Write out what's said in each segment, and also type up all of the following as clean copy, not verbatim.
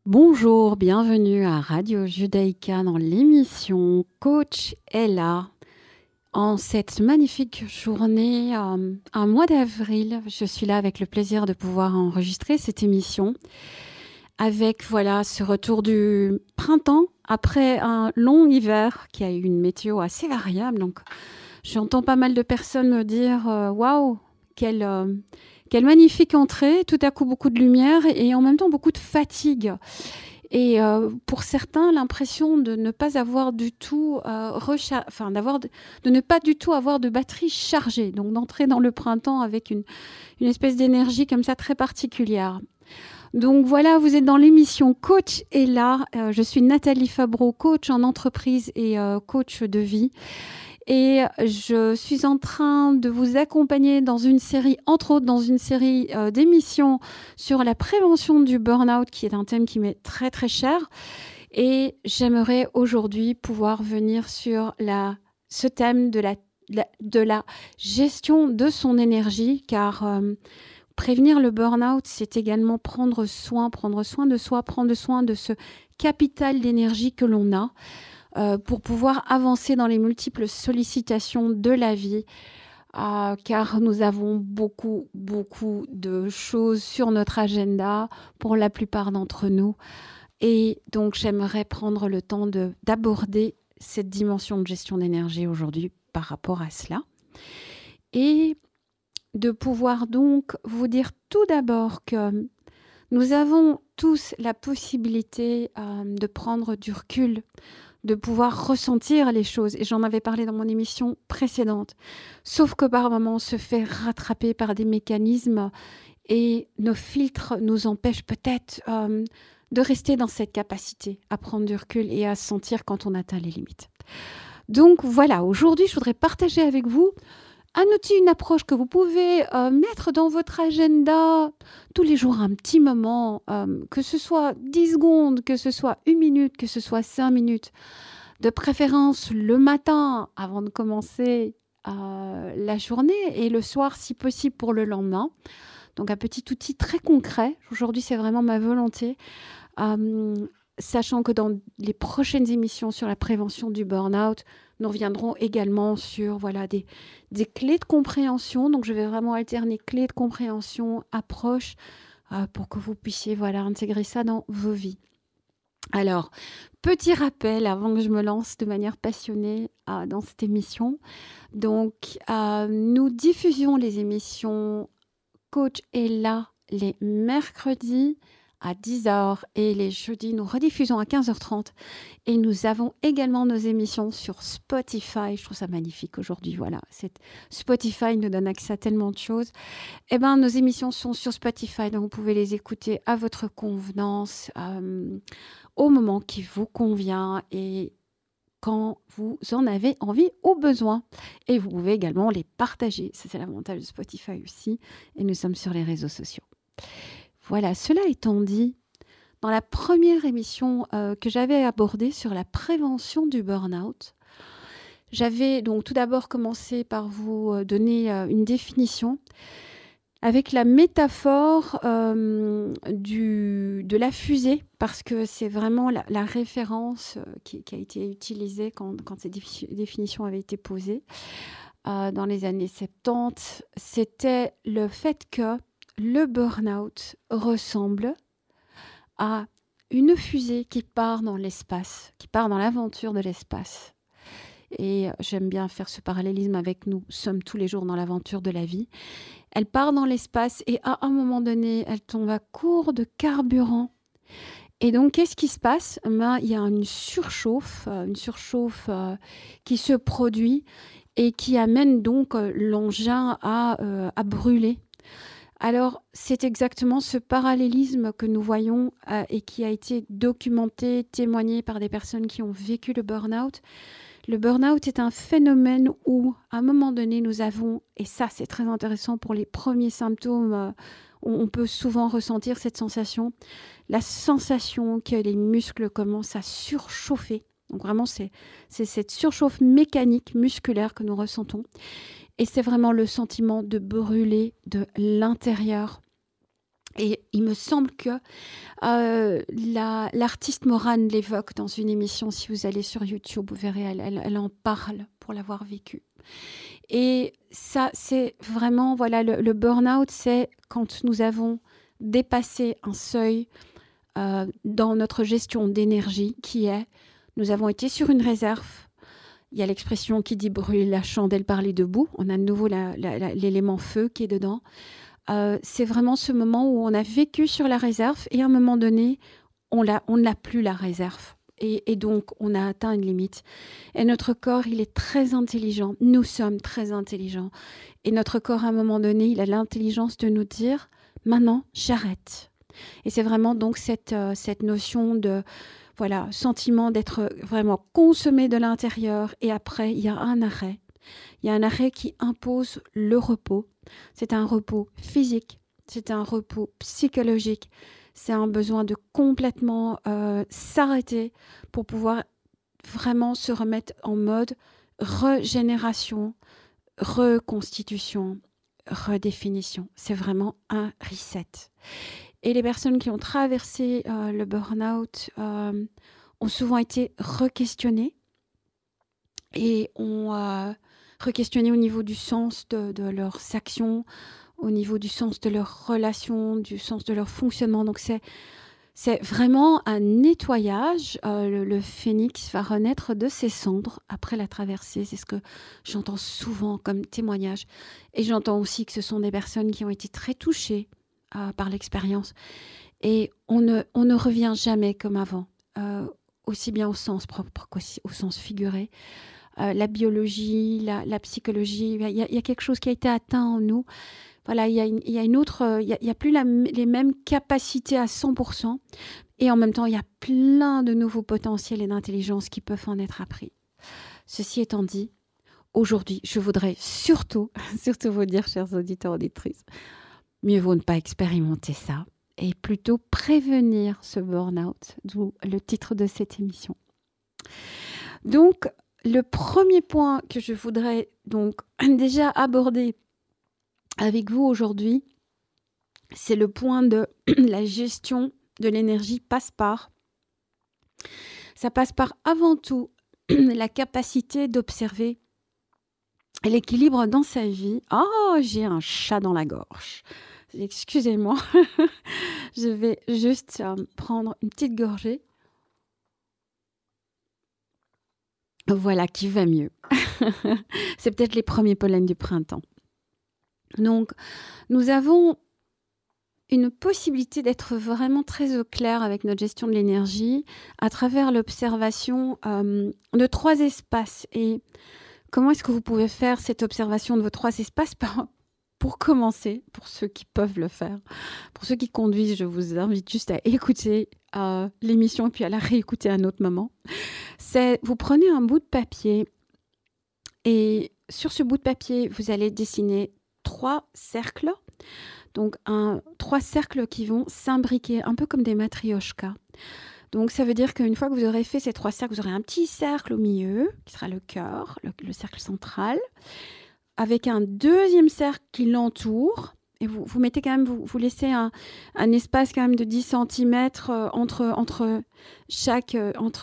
Bonjour, bienvenue à Radio Judaïka dans l'émission Coach Ella. En cette magnifique journée, un mois d'avril, je suis là avec le plaisir de pouvoir enregistrer cette émission avec ce retour du printemps après un long hiver qui a eu une météo assez variable. Donc, j'entends pas mal de personnes me dire waouh, quelle magnifique entrée, tout à coup beaucoup de lumière et en même temps beaucoup de fatigue. Et pour certains, l'impression de ne pas avoir du tout de ne pas du tout avoir de batterie chargée. Donc d'entrer dans le printemps avec une espèce d'énergie comme ça très particulière. Donc voilà, vous êtes dans l'émission Coach Ella. Je suis Nathalie Fabreau, coach en entreprise et coach de vie. Et je suis en train de vous accompagner dans une série, entre autres dans une série d'émissions sur la prévention du burn-out, qui est un thème qui m'est très très cher. Et j'aimerais aujourd'hui pouvoir venir sur ce thème de la gestion de son énergie, car prévenir le burn-out, c'est également prendre soin de soi, prendre soin de ce capital d'énergie que l'on a. Pour pouvoir avancer dans les multiples sollicitations de la vie, car nous avons beaucoup de choses sur notre agenda pour la plupart d'entre nous. Et donc, j'aimerais prendre le temps d'aborder cette dimension de gestion d'énergie aujourd'hui par rapport à cela. Et de pouvoir donc vous dire tout d'abord que nous avons tous la possibilité de prendre du recul, de pouvoir ressentir les choses. Et j'en avais parlé dans mon émission précédente. Sauf que par moments, on se fait rattraper par des mécanismes et nos filtres nous empêchent peut-être de rester dans cette capacité à prendre du recul et à sentir quand on atteint les limites. Donc voilà, aujourd'hui, je voudrais partager avec vous un outil, une approche que vous pouvez mettre dans votre agenda tous les jours, un petit moment, que ce soit 10 secondes, que ce soit 1 minute, que ce soit 5 minutes, de préférence le matin avant de commencer la journée et le soir si possible pour le lendemain. Donc un petit outil très concret. Aujourd'hui, c'est vraiment ma volonté. Sachant que dans les prochaines émissions sur la prévention du burn-out, nous reviendrons également sur des clés de compréhension. Donc, je vais vraiment alterner clés de compréhension, approche, pour que vous puissiez intégrer ça dans vos vies. Alors, petit rappel avant que je me lance de manière passionnée dans cette émission. Donc, nous diffusions les émissions Coach Ella les mercredis à 10h et les jeudis, nous rediffusons à 15h30 et nous avons également nos émissions sur Spotify. Je trouve ça magnifique aujourd'hui. Spotify nous donne accès à tellement de choses. Nos émissions sont sur Spotify, donc vous pouvez les écouter à votre convenance, au moment qui vous convient et quand vous en avez envie ou besoin. Et vous pouvez également les partager. Ça, c'est l'avantage de Spotify aussi. Et nous sommes sur les réseaux sociaux. Voilà, cela étant dit, dans la première émission que j'avais abordée sur la prévention du burn-out, j'avais donc tout d'abord commencé par vous donner une définition avec la métaphore de la fusée, parce que c'est vraiment la référence qui a été utilisée quand ces définitions avaient été posées dans les années 70. C'était le fait que le burn-out ressemble à une fusée qui part dans l'espace, qui part dans l'aventure de l'espace. Et j'aime bien faire ce parallélisme avec nous sommes tous les jours dans l'aventure de la vie. Elle part dans l'espace et à un moment donné, elle tombe à court de carburant. Et donc, qu'est-ce qui se passe ? Il y a une surchauffe qui se produit et qui amène donc l'engin à brûler. Alors, c'est exactement ce parallélisme que nous voyons et qui a été documenté, témoigné par des personnes qui ont vécu le burn-out. Le burn-out est un phénomène où, à un moment donné, nous avons, et ça c'est très intéressant pour les premiers symptômes, on peut souvent ressentir cette sensation, la sensation que les muscles commencent à surchauffer. Donc vraiment, c'est cette surchauffe mécanique, musculaire que nous ressentons. Et c'est vraiment le sentiment de brûler de l'intérieur. Et il me semble que l'artiste Morane l'évoque dans une émission. Si vous allez sur YouTube, vous verrez, elle en parle pour l'avoir vécu. Et ça, c'est vraiment, voilà, le burn-out, c'est quand nous avons dépassé un seuil dans notre gestion d'énergie qui est, nous avons été sur une réserve. Il y a l'expression qui dit brûler la chandelle par les deux bouts. On a de nouveau l'élément feu qui est dedans. C'est vraiment ce moment où on a vécu sur la réserve et à un moment donné, on n'a plus la réserve. Et donc, on a atteint une limite. Et notre corps, il est très intelligent. Nous sommes très intelligents. Et notre corps, à un moment donné, il a l'intelligence de nous dire « Maintenant, j'arrête ». Et c'est vraiment donc cette notion de sentiment d'être vraiment consommé de l'intérieur. Et après, il y a un arrêt. Il y a un arrêt qui impose le repos. C'est un repos physique, c'est un repos psychologique, c'est un besoin de complètement s'arrêter pour pouvoir vraiment se remettre en mode régénération, reconstitution, redéfinition. C'est vraiment un reset. Et les personnes qui ont traversé le burn-out ont souvent été re-questionnées et ont re-questionné au niveau du sens de leurs actions, au niveau du sens de leurs relations, du sens de leur fonctionnement. Donc c'est vraiment un nettoyage. Le phénix va renaître de ses cendres après la traversée. C'est ce que j'entends souvent comme témoignage. Et j'entends aussi que ce sont des personnes qui ont été très touchées par l'expérience. Et on ne revient jamais comme avant, aussi bien au sens propre qu'au sens figuré. La biologie, la psychologie, il y a quelque chose qui a été atteint en nous. Voilà, il y a une autre, il y a plus les mêmes capacités à 100%. Et en même temps, il y a plein de nouveaux potentiels et d'intelligence qui peuvent en être appris. Ceci étant dit, aujourd'hui, je voudrais surtout vous dire, chers auditeurs, auditrices, mieux vaut ne pas expérimenter ça et plutôt prévenir ce burn-out, d'où le titre de cette émission. Donc, le premier point que je voudrais donc déjà aborder avec vous aujourd'hui, c'est le point de la gestion de l'énergie passe par. Ça passe par avant tout la capacité d'observer l'équilibre dans sa vie. Oh, j'ai un chat dans la gorge. Excusez-moi, je vais juste prendre une petite gorgée. Voilà, qui va mieux. C'est peut-être les premiers pollens du printemps. Donc, nous avons une possibilité d'être vraiment très au clair avec notre gestion de l'énergie à travers l'observation de 3 espaces. Et comment est-ce que vous pouvez faire cette observation de vos 3 espaces ? Pour commencer, pour ceux qui peuvent le faire, pour ceux qui conduisent, je vous invite juste à écouter l'émission et puis à la réécouter à un autre moment. C'est, vous prenez un bout de papier et sur ce bout de papier, vous allez dessiner 3 cercles. Donc, 3 cercles qui vont s'imbriquer, un peu comme des matrioshkas. Donc, ça veut dire qu'une fois que vous aurez fait ces 3 cercles, vous aurez un petit cercle au milieu, qui sera le cœur, le cercle central, avec un deuxième cercle qui l'entoure. Et vous mettez quand même, vous laissez un espace quand même de 10 cm entre chaque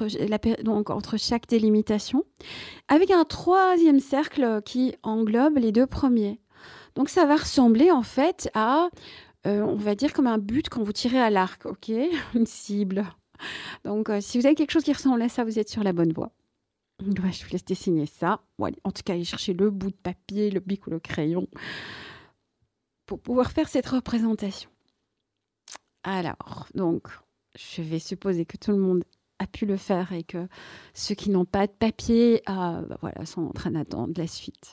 délimitation, avec un troisième cercle qui englobe les 2 premiers. Donc, ça va ressembler en fait à, on va dire, comme un but quand vous tirez à l'arc, ok ? Une cible. Donc, si vous avez quelque chose qui ressemble à ça, vous êtes sur la bonne voie. Ouais, je vous laisse dessiner ça. Bon, allez, en tout cas, allez chercher le bout de papier, le bic ou le crayon pour pouvoir faire cette représentation. Alors, donc, je vais supposer que tout le monde a pu le faire et que ceux qui n'ont pas de papier sont en train d'attendre la suite.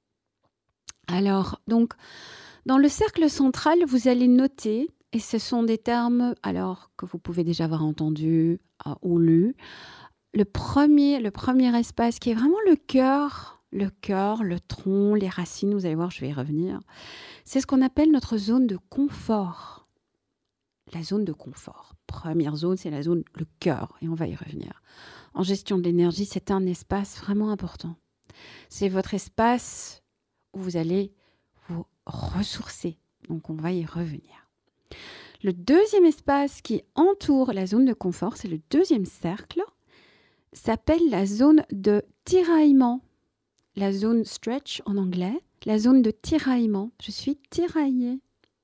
Alors, donc, dans le cercle central, vous allez noter, et ce sont des termes alors, que vous pouvez déjà avoir entendus ou lus, le premier espace qui est vraiment le cœur, le tronc, les racines, vous allez voir, je vais y revenir. C'est ce qu'on appelle notre zone de confort. La zone de confort. Première zone, c'est la zone, le cœur, et on va y revenir. En gestion de l'énergie, c'est un espace vraiment important. C'est votre espace où vous allez vous ressourcer. Donc, on va y revenir. Le deuxième espace qui entoure la zone de confort, c'est le deuxième cercle, s'appelle la zone de tiraillement. La zone stretch en anglais, la zone de tiraillement. Je suis tiraillée.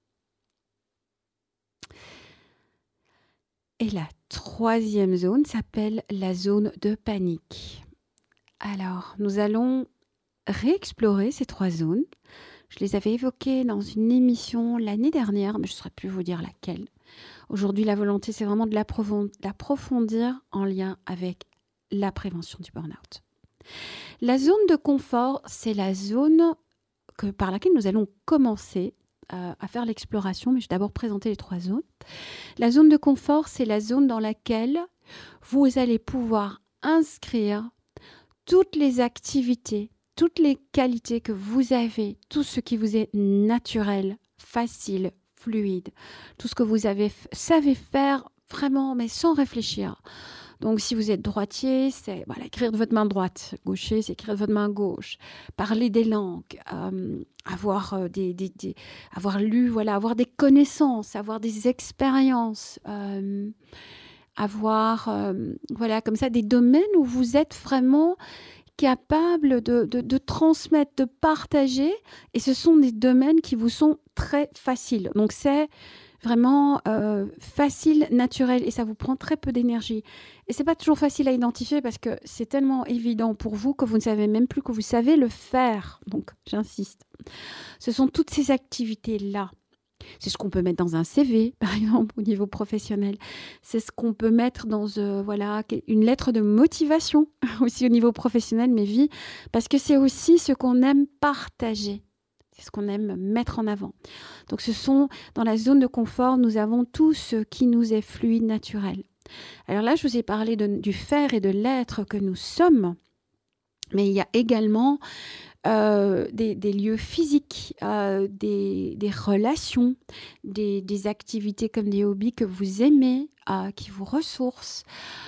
Et la troisième zone s'appelle la zone de panique. Alors, nous allons réexplorer ces trois zones. Je les avais évoquées dans une émission l'année dernière, mais je ne saurais plus vous dire laquelle. Aujourd'hui, la volonté, c'est vraiment d'approfondir en lien avec la prévention du burn-out. La zone de confort, c'est la zone par laquelle nous allons commencer à faire l'exploration, mais je vais d'abord présenter les trois zones. La zone de confort, c'est la zone dans laquelle vous allez pouvoir inscrire toutes les activités, toutes les qualités que vous avez, tout ce qui vous est naturel, facile, fluide, tout ce que vous savez faire vraiment, mais sans réfléchir. Donc, si vous êtes droitier, c'est écrire de votre main droite. Gaucher, c'est écrire de votre main gauche. Parler des langues, avoir lu, avoir des connaissances, avoir des expériences, avoir comme ça des domaines où vous êtes vraiment capable de transmettre, de partager. Et ce sont des domaines qui vous sont très faciles. Donc, c'est vraiment facile, naturel, et ça vous prend très peu d'énergie. Et c'est pas toujours facile à identifier parce que c'est tellement évident pour vous que vous ne savez même plus que vous savez le faire. Donc, j'insiste. Ce sont toutes ces activités-là. C'est ce qu'on peut mettre dans un CV, par exemple, au niveau professionnel. C'est ce qu'on peut mettre dans une lettre de motivation, aussi au niveau professionnel, mais vie, parce que c'est aussi ce qu'on aime partager. C'est ce qu'on aime mettre en avant. Donc, dans la zone de confort, nous avons tout ce qui nous est fluide, naturel. Alors là, je vous ai parlé du faire et de l'être que nous sommes, mais il y a également des lieux physiques, des relations, des activités comme des hobbies que vous aimez, qui vous ressourcent.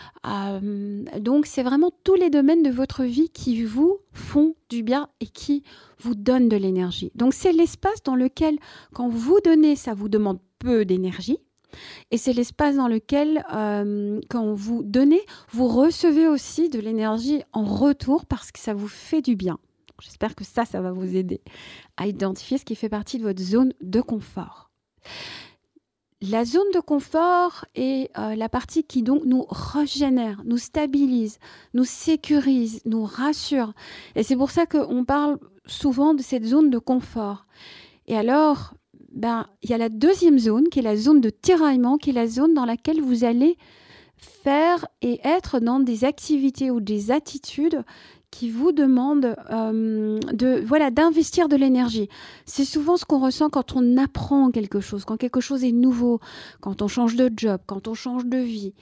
Donc, c'est vraiment tous les domaines de votre vie qui vous font du bien et qui vous donnent de l'énergie. Donc, c'est l'espace dans lequel, quand vous donnez, ça vous demande peu d'énergie. Et c'est l'espace dans lequel, quand vous donnez, vous recevez aussi de l'énergie en retour parce que ça vous fait du bien. J'espère que ça va vous aider à identifier ce qui fait partie de votre zone de confort. La zone de confort est la partie qui donc nous régénère, nous stabilise, nous sécurise, nous rassure. Et c'est pour ça qu'on parle souvent de cette zone de confort. Et alors, il y a la deuxième zone qui est la zone de tiraillement, qui est la zone dans laquelle vous allez faire et être dans des activités ou des attitudes qui vous demandent d'investir de l'énergie. C'est souvent ce qu'on ressent quand on apprend quelque chose, quand quelque chose est nouveau, quand on change de job, quand on change de vie,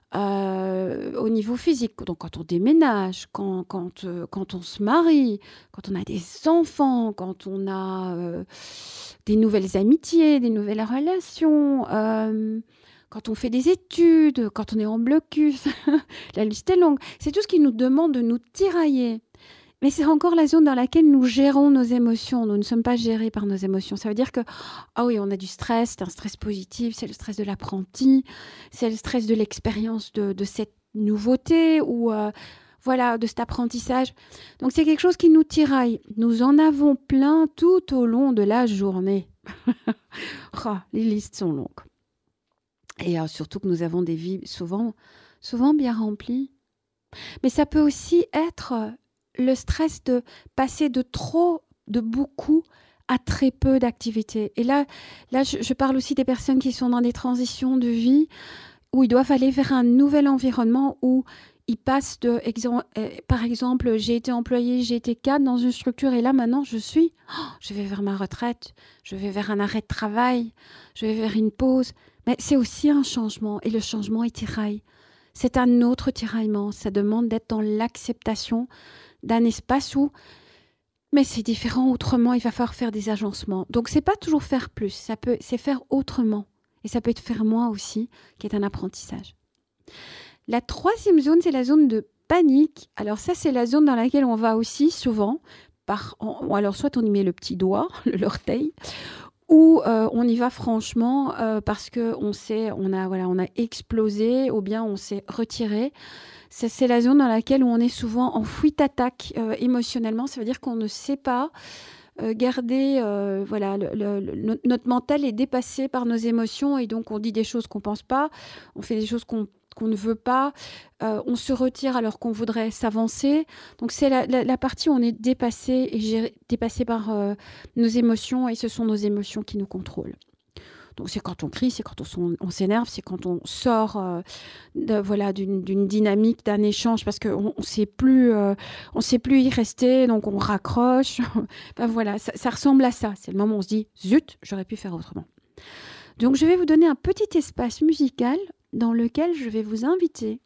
au niveau physique, donc quand on déménage, quand on se marie, quand on a des enfants, quand on a des nouvelles amitiés, des nouvelles relations, quand on fait des études, quand on est en blocus, la liste est longue. C'est tout ce qui nous demande de nous tirailler. Mais c'est encore la zone dans laquelle nous gérons nos émotions. Nous ne sommes pas gérés par nos émotions. Ça veut dire que, on a du stress, c'est un stress positif, c'est le stress de l'apprenti, c'est le stress de l'expérience de cette nouveauté ou de cet apprentissage. Donc c'est quelque chose qui nous tiraille. Nous en avons plein tout au long de la journée. Les listes sont longues. Et surtout que nous avons des vies souvent bien remplies. Mais ça peut aussi être le stress de passer de beaucoup à très peu d'activités. Et là je parle aussi des personnes qui sont dans des transitions de vie où ils doivent aller vers un nouvel environnement où ils passent par exemple, j'ai été employée, j'ai été cadre dans une structure et là maintenant je vais vers ma retraite, je vais vers un arrêt de travail, je vais vers une pause. Mais c'est aussi un changement et le changement est tiraille. C'est un autre tiraillement. Ça demande d'être dans l'acceptation d'un espace où, mais c'est différent autrement, il va falloir faire des agencements. Donc, c'est pas toujours faire plus, c'est faire autrement. Et ça peut être faire moins aussi, qui est un apprentissage. La troisième zone, c'est la zone de panique. Alors ça, c'est la zone dans laquelle on va aussi souvent, alors soit on y met le petit doigt, l'orteil, ou on y va franchement parce qu'on on a explosé ou bien on s'est retiré. C'est la zone dans laquelle on est souvent en fuite-attaque émotionnellement. Ça veut dire qu'on ne sait pas garder, notre mental est dépassé par nos émotions et donc on dit des choses qu'on pense pas, on fait des choses qu'on ne veut pas, on se retire alors qu'on voudrait s'avancer. Donc c'est la partie où on est dépassé par nos émotions et ce sont nos émotions qui nous contrôlent. Donc c'est quand on crie, c'est quand on s'énerve, c'est quand on sort d'une dynamique, d'un échange, parce qu'on ne sait plus y rester, donc on raccroche. Ben voilà, ça ressemble à ça. C'est le moment où on se dit « Zut, j'aurais pu faire autrement ». Donc je vais vous donner un petit espace musical dans lequel je vais vous inviter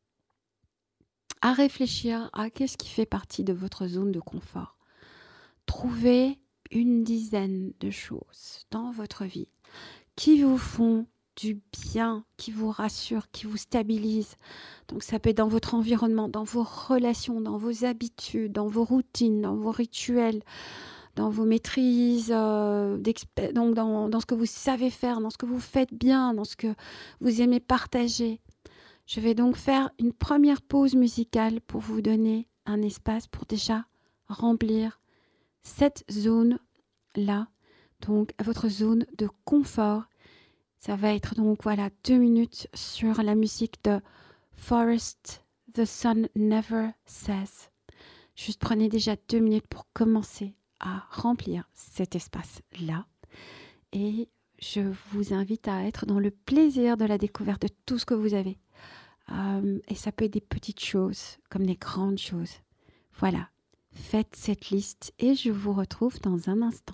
à réfléchir à qu'est-ce qui fait partie de votre zone de confort. Trouvez une dizaine de choses dans votre vie qui vous font du bien, qui vous rassurent, qui vous stabilisent. Donc ça peut être dans votre environnement, dans vos relations, dans vos habitudes, dans vos routines, dans vos rituels, dans vos maîtrises, donc dans ce que vous savez faire, dans ce que vous faites bien, dans ce que vous aimez partager. Je vais donc faire une première pause musicale pour vous donner un espace pour déjà remplir cette zone-là, donc votre zone de confort. Ça va être donc 2 minutes sur la musique de Forest, The Sun Never Says. Juste prenez déjà 2 minutes pour commencer à remplir cet espace-là. Et je vous invite à être dans le plaisir de la découverte de tout ce que vous avez. Et ça peut être des petites choses comme des grandes choses. Voilà, faites cette liste et je vous retrouve dans un instant.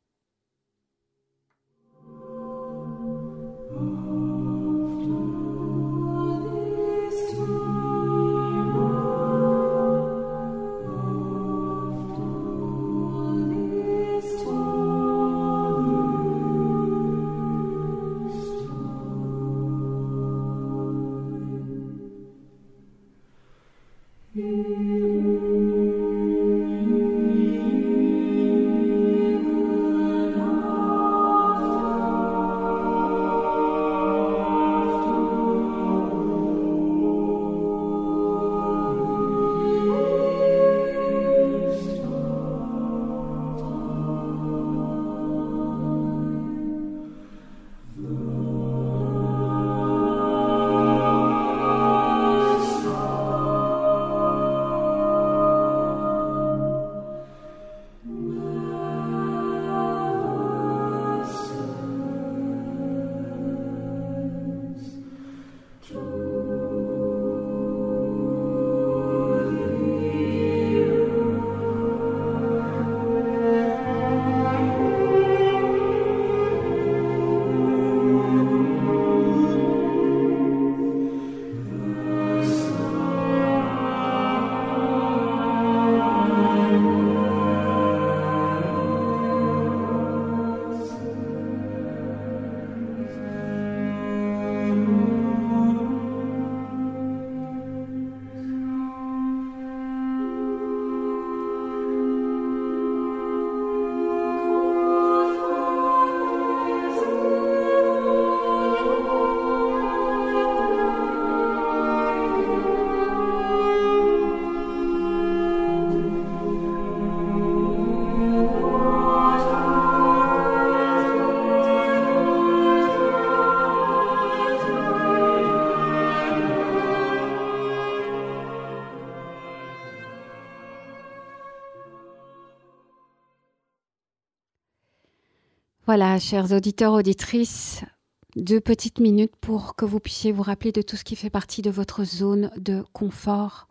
Voilà, chers auditeurs, auditrices, 2 petites minutes pour que vous puissiez vous rappeler de tout ce qui fait partie de votre zone de confort.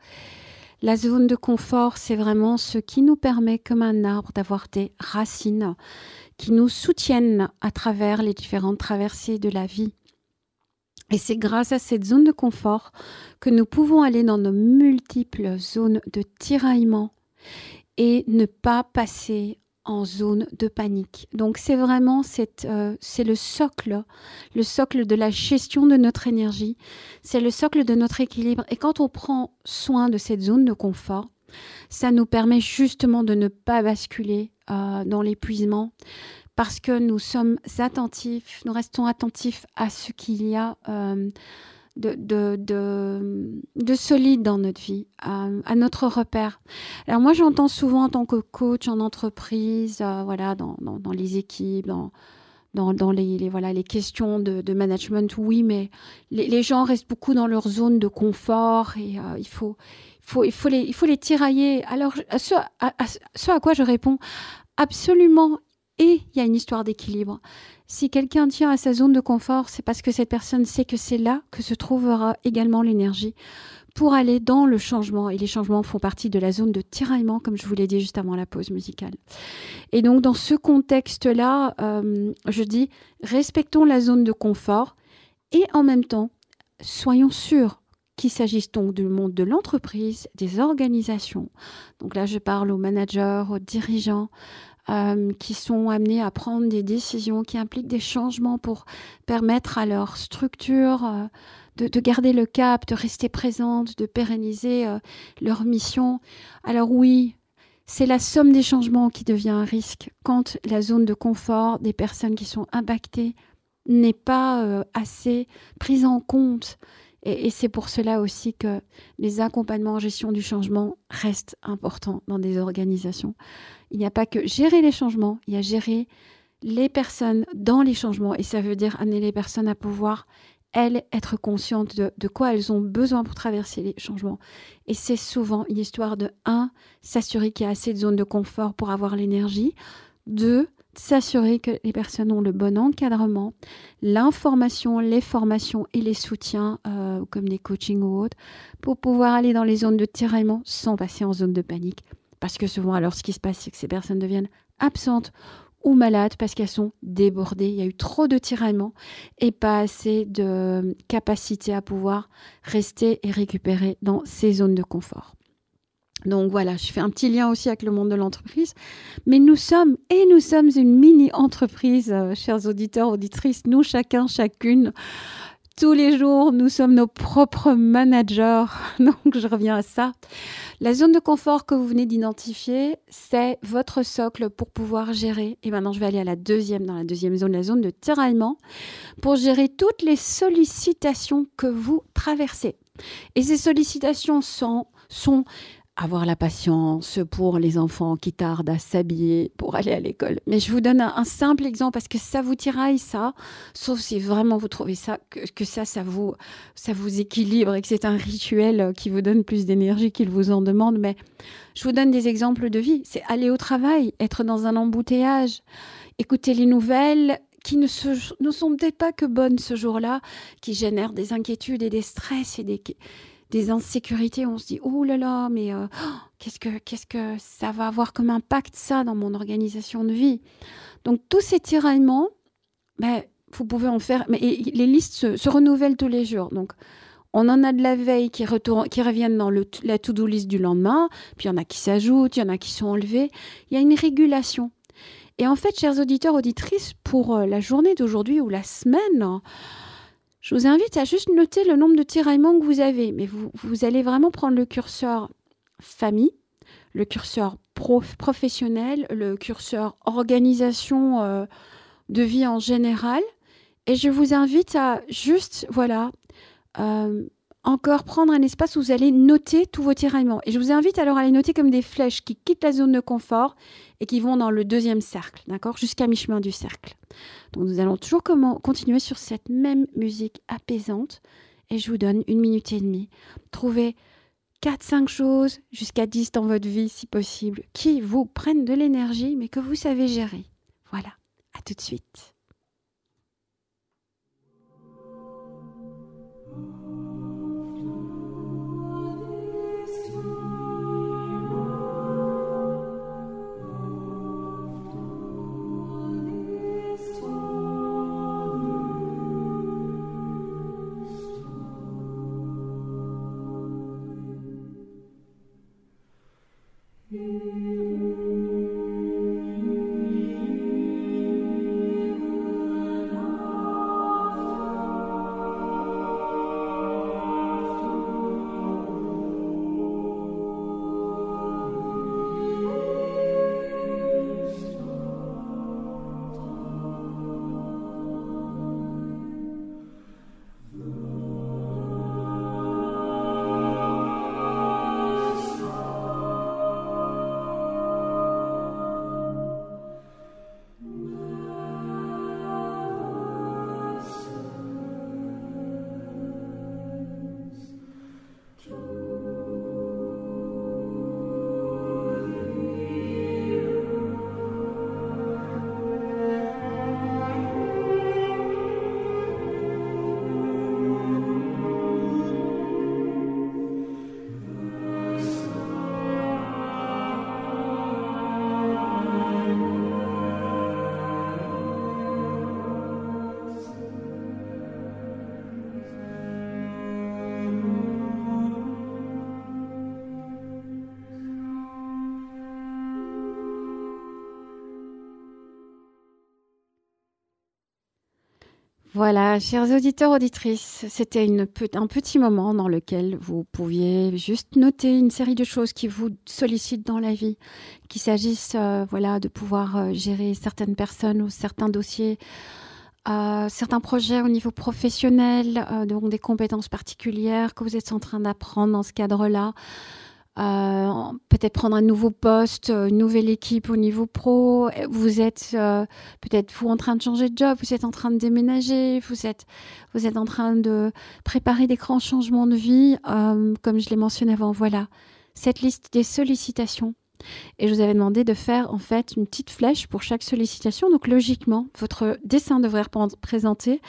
La zone de confort, c'est vraiment ce qui nous permet, comme un arbre, d'avoir des racines qui nous soutiennent à travers les différentes traversées de la vie. Et c'est grâce à cette zone de confort que nous pouvons aller dans nos multiples zones de tiraillement et ne pas passer en zone de panique. Donc c'est vraiment c'est le socle de la gestion de notre énergie, c'est le socle de notre équilibre. Et quand on prend soin de cette zone de confort, ça nous permet justement de ne pas basculer dans l'épuisement, parce que nous sommes attentifs, nous restons attentifs à ce qu'il y a de solide dans notre vie, à notre repère. Alors moi, j'entends souvent en tant que coach en entreprise, voilà, dans les équipes, dans les questions de management, oui, mais les gens restent beaucoup dans leur zone de confort et il faut les tirailler. Alors, ce à quoi je réponds, absolument, et il y a une histoire d'équilibre. Si quelqu'un tient à sa zone de confort, c'est parce que cette personne sait que c'est là que se trouvera également l'énergie pour aller dans le changement. Et les changements font partie de la zone de tiraillement, comme je vous l'ai dit juste avant la pause musicale. Et donc, dans ce contexte-là, je dis, respectons la zone de confort et en même temps, soyons sûrs qu'il s'agisse donc du monde de l'entreprise, des organisations. Donc là, je parle aux managers, aux dirigeants, qui sont amenés à prendre des décisions qui impliquent des changements pour permettre à leur structure de garder le cap, de rester présente, de pérenniser leur mission. Alors oui, c'est la somme des changements qui devient un risque quand la zone de confort des personnes qui sont impactées n'est pas assez prise en compte. Et c'est pour cela aussi que les accompagnements en gestion du changement restent importants dans des organisations. Il n'y a pas que gérer les changements, il y a gérer les personnes dans les changements. Et ça veut dire amener les personnes à pouvoir, elles, être conscientes de quoi elles ont besoin pour traverser les changements. Et c'est souvent une histoire de 1, s'assurer qu'il y a assez de zones de confort pour avoir l'énergie. 2, s'assurer que les personnes ont le bon encadrement, l'information, les formations et les soutiens, comme des coachings ou autres, pour pouvoir aller dans les zones de tiraillement sans passer en zone de panique. Parce que souvent, alors, ce qui se passe, c'est que ces personnes deviennent absentes ou malades parce qu'elles sont débordées. Il y a eu trop de tiraillement et pas assez de capacité à pouvoir rester et récupérer dans ces zones de confort. Donc voilà, je fais un petit lien aussi avec le monde de l'entreprise. Mais nous sommes une mini-entreprise, chers auditeurs, auditrices, nous, chacun, chacune. Tous les jours, nous sommes nos propres managers. Donc, je reviens à ça. La zone de confort que vous venez d'identifier, c'est votre socle pour pouvoir gérer. Et maintenant, je vais aller à dans la deuxième zone, la zone de tiraillement, pour gérer toutes les sollicitations que vous traversez. Et ces sollicitations sont avoir la patience pour les enfants qui tardent à s'habiller pour aller à l'école. Mais je vous donne un simple exemple parce que ça vous tiraille, ça. Sauf si vraiment vous trouvez ça, que ça vous équilibre et que c'est un rituel qui vous donne plus d'énergie qu'il vous en demande. Mais je vous donne des exemples de vie. C'est aller au travail, être dans un embouteillage, écouter les nouvelles qui ne sont peut-être pas que bonnes ce jour-là, qui génèrent des inquiétudes et des stress et des insécurités. On se dit, oh là là, mais qu'est-ce que ça va avoir comme impact, ça, dans mon organisation de vie? Donc, tous ces tiraillements, vous pouvez en faire... Mais les listes se renouvellent tous les jours. Donc, on en a de la veille qui reviennent dans la to-do list du lendemain, puis il y en a qui s'ajoutent, il y en a qui sont enlevés. Il y a une régulation. Et en fait, chers auditeurs, auditrices, pour la journée d'aujourd'hui ou la semaine... Je vous invite à juste noter le nombre de tiraillements que vous avez. Mais vous allez vraiment prendre le curseur famille, le curseur professionnel, le curseur organisation de vie en général. Et je vous invite à juste, encore prendre un espace où vous allez noter tous vos tiraillements. Et je vous invite alors à les noter comme des flèches qui quittent la zone de confort et qui vont dans le deuxième cercle, d'accord, jusqu'à mi-chemin du cercle. Donc nous allons toujours continuer sur cette même musique apaisante et je vous donne 1 minute et demie. Trouvez 4-5 choses jusqu'à 10 dans votre vie si possible qui vous prennent de l'énergie mais que vous savez gérer. Voilà, à tout de suite. Voilà, chers auditeurs, auditrices, c'était un petit moment dans lequel vous pouviez juste noter une série de choses qui vous sollicitent dans la vie, qu'il s'agisse voilà, de pouvoir gérer certaines personnes ou certains dossiers, certains projets au niveau professionnel, donc des compétences particulières que vous êtes en train d'apprendre dans ce cadre-là. Peut-être prendre un nouveau poste, une nouvelle équipe au niveau pro. Vous êtes peut-être vous en train de changer de job, vous êtes en train de déménager, vous êtes en train de préparer des grands changements de vie, comme je l'ai mentionné avant. Voilà, cette liste des sollicitations. Et je vous avais demandé de faire en fait une petite flèche pour chaque sollicitation. Donc logiquement, votre dessin devrait représenter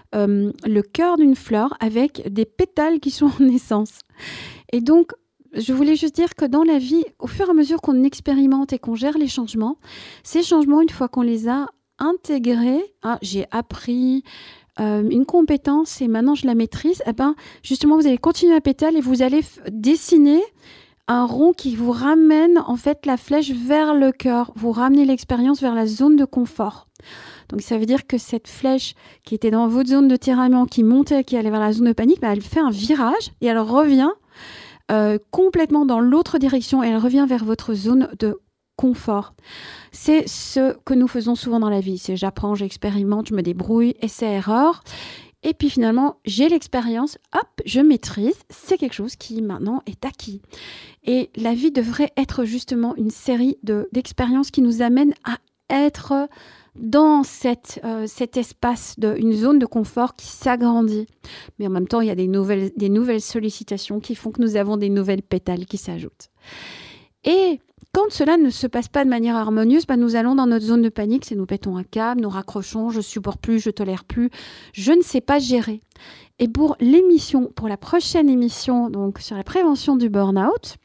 le cœur d'une fleur avec des pétales qui sont en naissance. Et donc, je voulais juste dire que dans la vie, au fur et à mesure qu'on expérimente et qu'on gère les changements, ces changements, une fois qu'on les a intégrés, j'ai appris une compétence et maintenant je la maîtrise, justement, vous allez continuer à pétale et vous allez dessiner un rond qui vous ramène en fait la flèche vers le cœur. Vous ramenez l'expérience vers la zone de confort. Donc ça veut dire que cette flèche qui était dans votre zone de tiraillement, qui montait, qui allait vers la zone de panique, elle fait un virage et elle revient complètement dans l'autre direction et elle revient vers votre zone de confort. C'est ce que nous faisons souvent dans la vie. C'est j'apprends, j'expérimente, je me débrouille, essai-erreur. Et puis finalement, j'ai l'expérience, hop, je maîtrise. C'est quelque chose qui maintenant est acquis. Et la vie devrait être justement une série d'expériences qui nous amènent à être dans cet espace, une zone de confort qui s'agrandit. Mais en même temps, il y a des nouvelles sollicitations qui font que nous avons des nouvelles pétales qui s'ajoutent. Et quand cela ne se passe pas de manière harmonieuse, nous allons dans notre zone de panique, c'est nous pétons un câble, nous raccrochons, je supporte plus, je tolère plus, je ne sais pas gérer. Et pour la prochaine émission, donc sur la prévention du burn-out,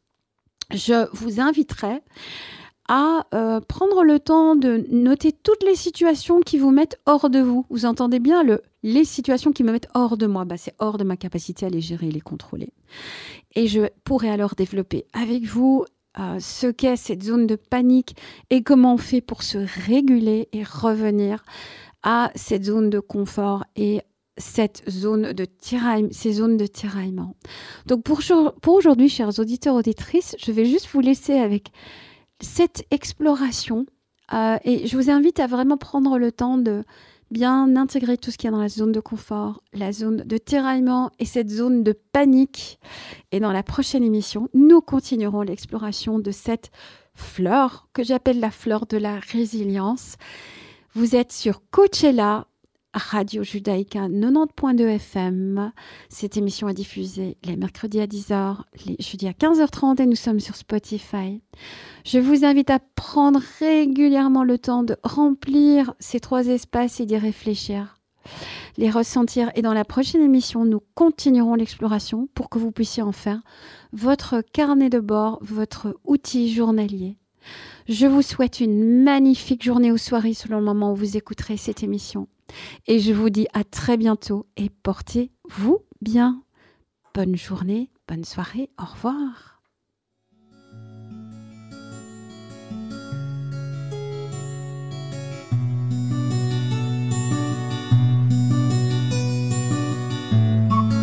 je vous inviterai à prendre le temps de noter toutes les situations qui vous mettent hors de vous. Vous entendez bien les situations qui me mettent hors de moi. C'est hors de ma capacité à les gérer et les contrôler. Et je pourrai alors développer avec vous ce qu'est cette zone de panique et comment on fait pour se réguler et revenir à cette zone de confort et ces zones de tiraillement. Donc pour aujourd'hui, chers auditeurs, auditrices, je vais juste vous laisser avec cette exploration et je vous invite à vraiment prendre le temps de bien intégrer tout ce qu'il y a dans la zone de confort, la zone de tiraillement et cette zone de panique. Et dans la prochaine émission, nous continuerons l'exploration de cette fleur que j'appelle la fleur de la résilience. Vous êtes sur Coachella, Radio Judaïka 90.2 FM. Cette émission est diffusée les mercredis à 10h, les jeudis à 15h30 et nous sommes sur Spotify. Je vous invite à prendre régulièrement le temps de remplir ces 3 espaces et d'y réfléchir, les ressentir. Et dans la prochaine émission, nous continuerons l'exploration pour que vous puissiez en faire votre carnet de bord, votre outil journalier. Je vous souhaite une magnifique journée ou soirée selon le moment où vous écouterez cette émission. Et je vous dis à très bientôt et portez-vous bien. Bonne journée, bonne soirée, au revoir.